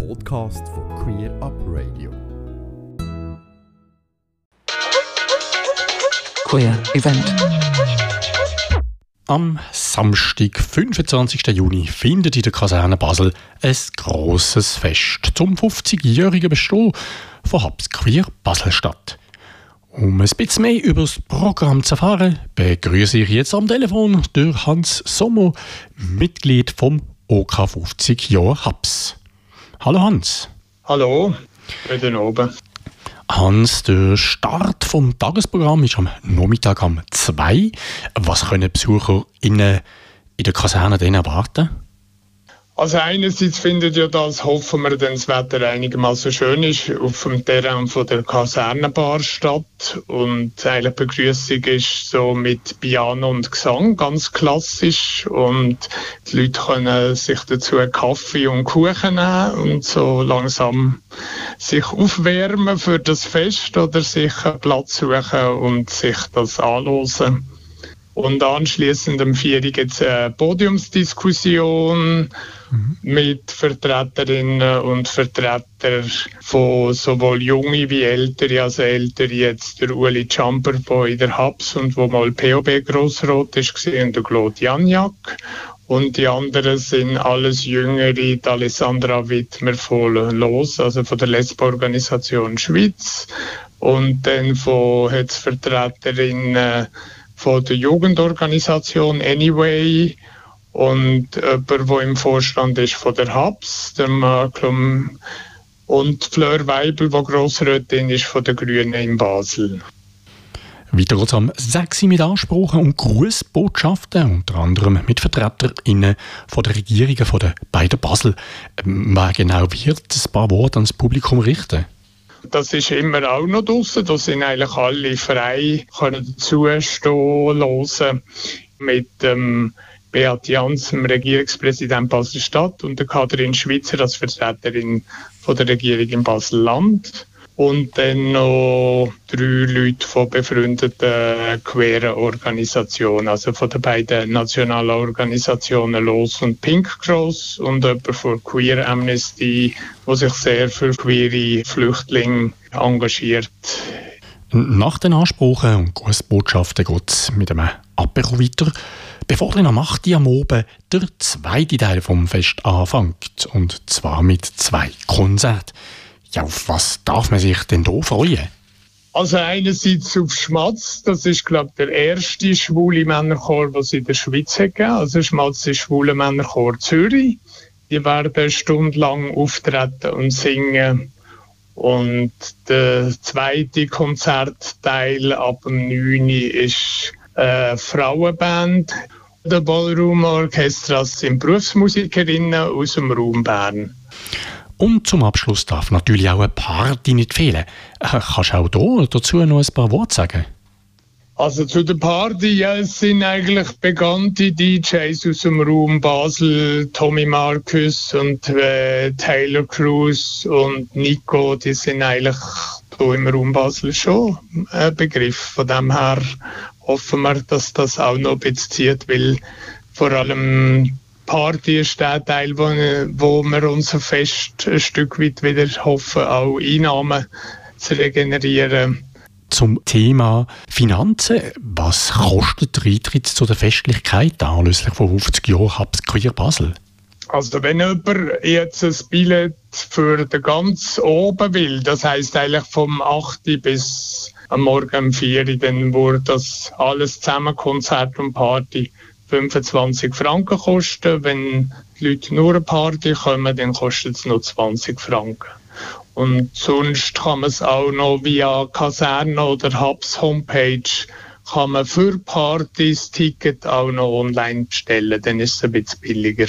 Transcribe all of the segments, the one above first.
Podcast von Queer Up Radio. Queer Event. Am Samstag, 25. Juni, findet in der Kaserne Basel ein grosses Fest zum 50-jährigen Bestehen von Hubs Queer Basel statt. Um ein bisschen mehr über das Programm zu erfahren, begrüße ich jetzt am Telefon durch Hans Sommer, Mitglied vom OK 50 Jahre Hubs. Hallo Hans. Hallo, guten Abend. Hans, der Start vom Tagesprogramm ist am Nachmittag um 2. Was können BesucherInnen in der Kaserne denn erwarten? Also einerseits findet ja das, hoffen wir, wenn das Wetter einigermaßen schön ist, auf dem Terrain von der Kasernenbar statt. Und eigentlich die Begrüßung ist so mit Piano und Gesang, ganz klassisch. Und die Leute können sich dazu Kaffee und Kuchen nehmen und so langsam sich aufwärmen für das Fest oder sich einen Platz suchen und sich das anhören. Und anschliessend am 4. gibt es eine Podiumsdiskussion mit Vertreterinnen und Vertretern von sowohl Junge wie Ältere. Also Ältere jetzt der Uli Champer, der in der Hubs und wo mal POB-Grossrat war, und der Claude Janjak. Und die anderen sind alles Jüngere, die Alessandra Wittmer von LOS, also von der Lesbo-Organisation Schweiz. Und dann hat es Vertreterinnen von der Jugendorganisation Anyway und jemand, der im Vorstand ist von der Hubs, der Malcolm, und Fleur Weibel, die Grossrätin ist von den Grünen in Basel. Weiter geht es am 6. mit Ansprachen und Grußbotschaften, unter anderem mit VertreterInnen von der Regierungen von den beiden Basel. Wer genau wird ein paar Worte ans Publikum richten? Das ist immer auch noch draussen. Da sind eigentlich alle frei, können dazustehen, hören. Mit Beat Jans, dem Regierungspräsident Basel-Stadt, und der Kathrin Schweizer als Vertreterin von der Regierung in Basel-Land. Und dann noch 3 Leute von befreundeten queeren Organisationen, also von den beiden nationalen Organisationen LOS und Pink Cross und jemand von Queer Amnesty, der sich sehr für queere Flüchtlinge engagiert. Nach den Ansprachen und Grußbotschaften geht es mit einem Apero weiter, bevor dann am 8. am Abend der zweite Teil vom Fest anfängt, und zwar mit 2 Konzerten. Ja, auf was darf man sich denn da freuen? Also einerseits auf Schmatz, das ist, glaube ich, der erste schwule Männerchor, den es in der Schweiz hat gegeben. Also Schmatz ist schwule Männerchor Zürich. Die werden eine Stunde lang auftreten und singen. Und der zweite Konzertteil ab dem 9. ist eine Frauenband. Der Ballroom Orchestra sind Berufsmusikerinnen aus dem Raum Bern. Und zum Abschluss darf natürlich auch eine Party nicht fehlen. Kannst du auch da dazu noch ein paar Worte sagen? Also zu der Party, ja, es sind eigentlich bekannte DJs aus dem Raum Basel, Tommy Marcus und Taylor Cruz und Nico, die sind eigentlich hier im Raum Basel schon ein Begriff. Von dem her hoffen wir, dass das auch noch ein bisschen zieht, weil vor allem Party ist der Teil, wo wir unser Fest ein Stück weit wieder hoffen, auch Einnahmen zu regenerieren. Zum Thema Finanzen. Was kostet der Eintritt zu der Festlichkeit anlässlich von 50 Jahren Hubs Queer Basel? Also wenn jemand jetzt ein Billett für den ganz oben will, das heisst eigentlich vom 8. bis am Morgen um 4, dann würde das alles zusammen, Konzert und Party, 25 Franken kosten. Wenn die Leute nur eine Party kommen, dann kostet es noch 20 Franken. Und sonst kann man es auch noch via Kaserne oder Hubs Homepage kann man für Partys Ticket auch noch online bestellen. Dann ist es ein bisschen billiger.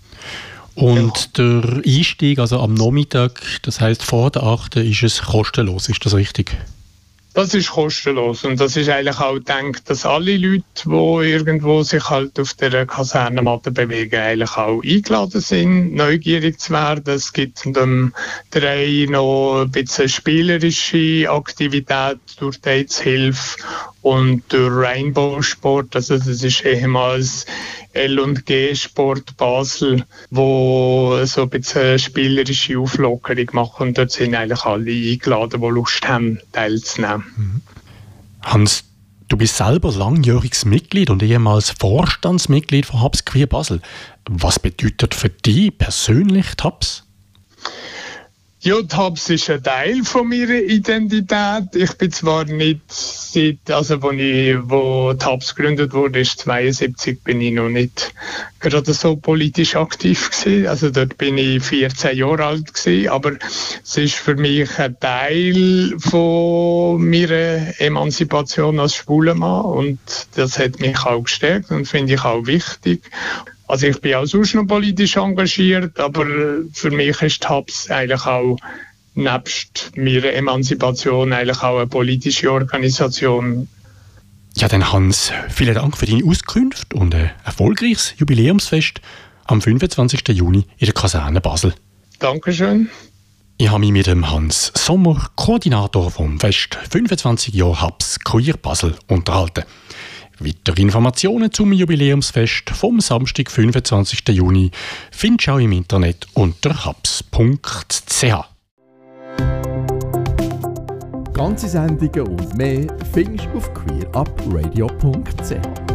Und der Einstieg, also am Nachmittag, das heisst vor der 8. ist es kostenlos, ist das richtig? Das ist kostenlos und das ist eigentlich auch gedacht, dass alle Leute, die irgendwo sich halt auf der Kasernenmatte bewegen, eigentlich auch eingeladen sind, neugierig zu werden. Es gibt dem 3 noch ein bisschen spielerische Aktivität durch die AIDS-Hilfe und der Rainbow Sport, also das ist ehemals L&G Sport Basel, wo so ein bisschen eine spielerische Auflockerung machen, und dort sind eigentlich alle eingeladen, die Lust haben, teilzunehmen. Hans, du bist selber langjähriges Mitglied und ehemals Vorstandsmitglied von HAPS Queer Basel. Was bedeutet für dich persönlich die HAPS? Ja, die HAPS ist ein Teil von meiner Identität. Ich bin zwar nicht wo die HAPS gegründet wurde, ist 72, bin ich noch nicht gerade so politisch aktiv gewesen. Also dort bin ich 14 Jahre alt gewesen, aber es ist für mich ein Teil von meiner Emanzipation als schwuler Mann, und das hat mich auch gestärkt und finde ich auch wichtig. Also ich bin auch sonst noch politisch engagiert, aber für mich ist die HAPS eigentlich auch nebst meiner Emanzipation eigentlich auch eine politische Organisation. Ja, dann Hans, vielen Dank für deine Auskünfte und ein erfolgreiches Jubiläumsfest am 25. Juni in der Kaserne Basel. Dankeschön. Ich habe mich mit dem Hans Sommer, Koordinator vom Fest 25 Jahre HAPS Queer Basel, unterhalten. Weitere Informationen zum Jubiläumsfest vom Samstag, 25. Juni, findest du auch im Internet unter haps.ch. Ganze Sendungen und mehr findest du auf queerupradio.ch.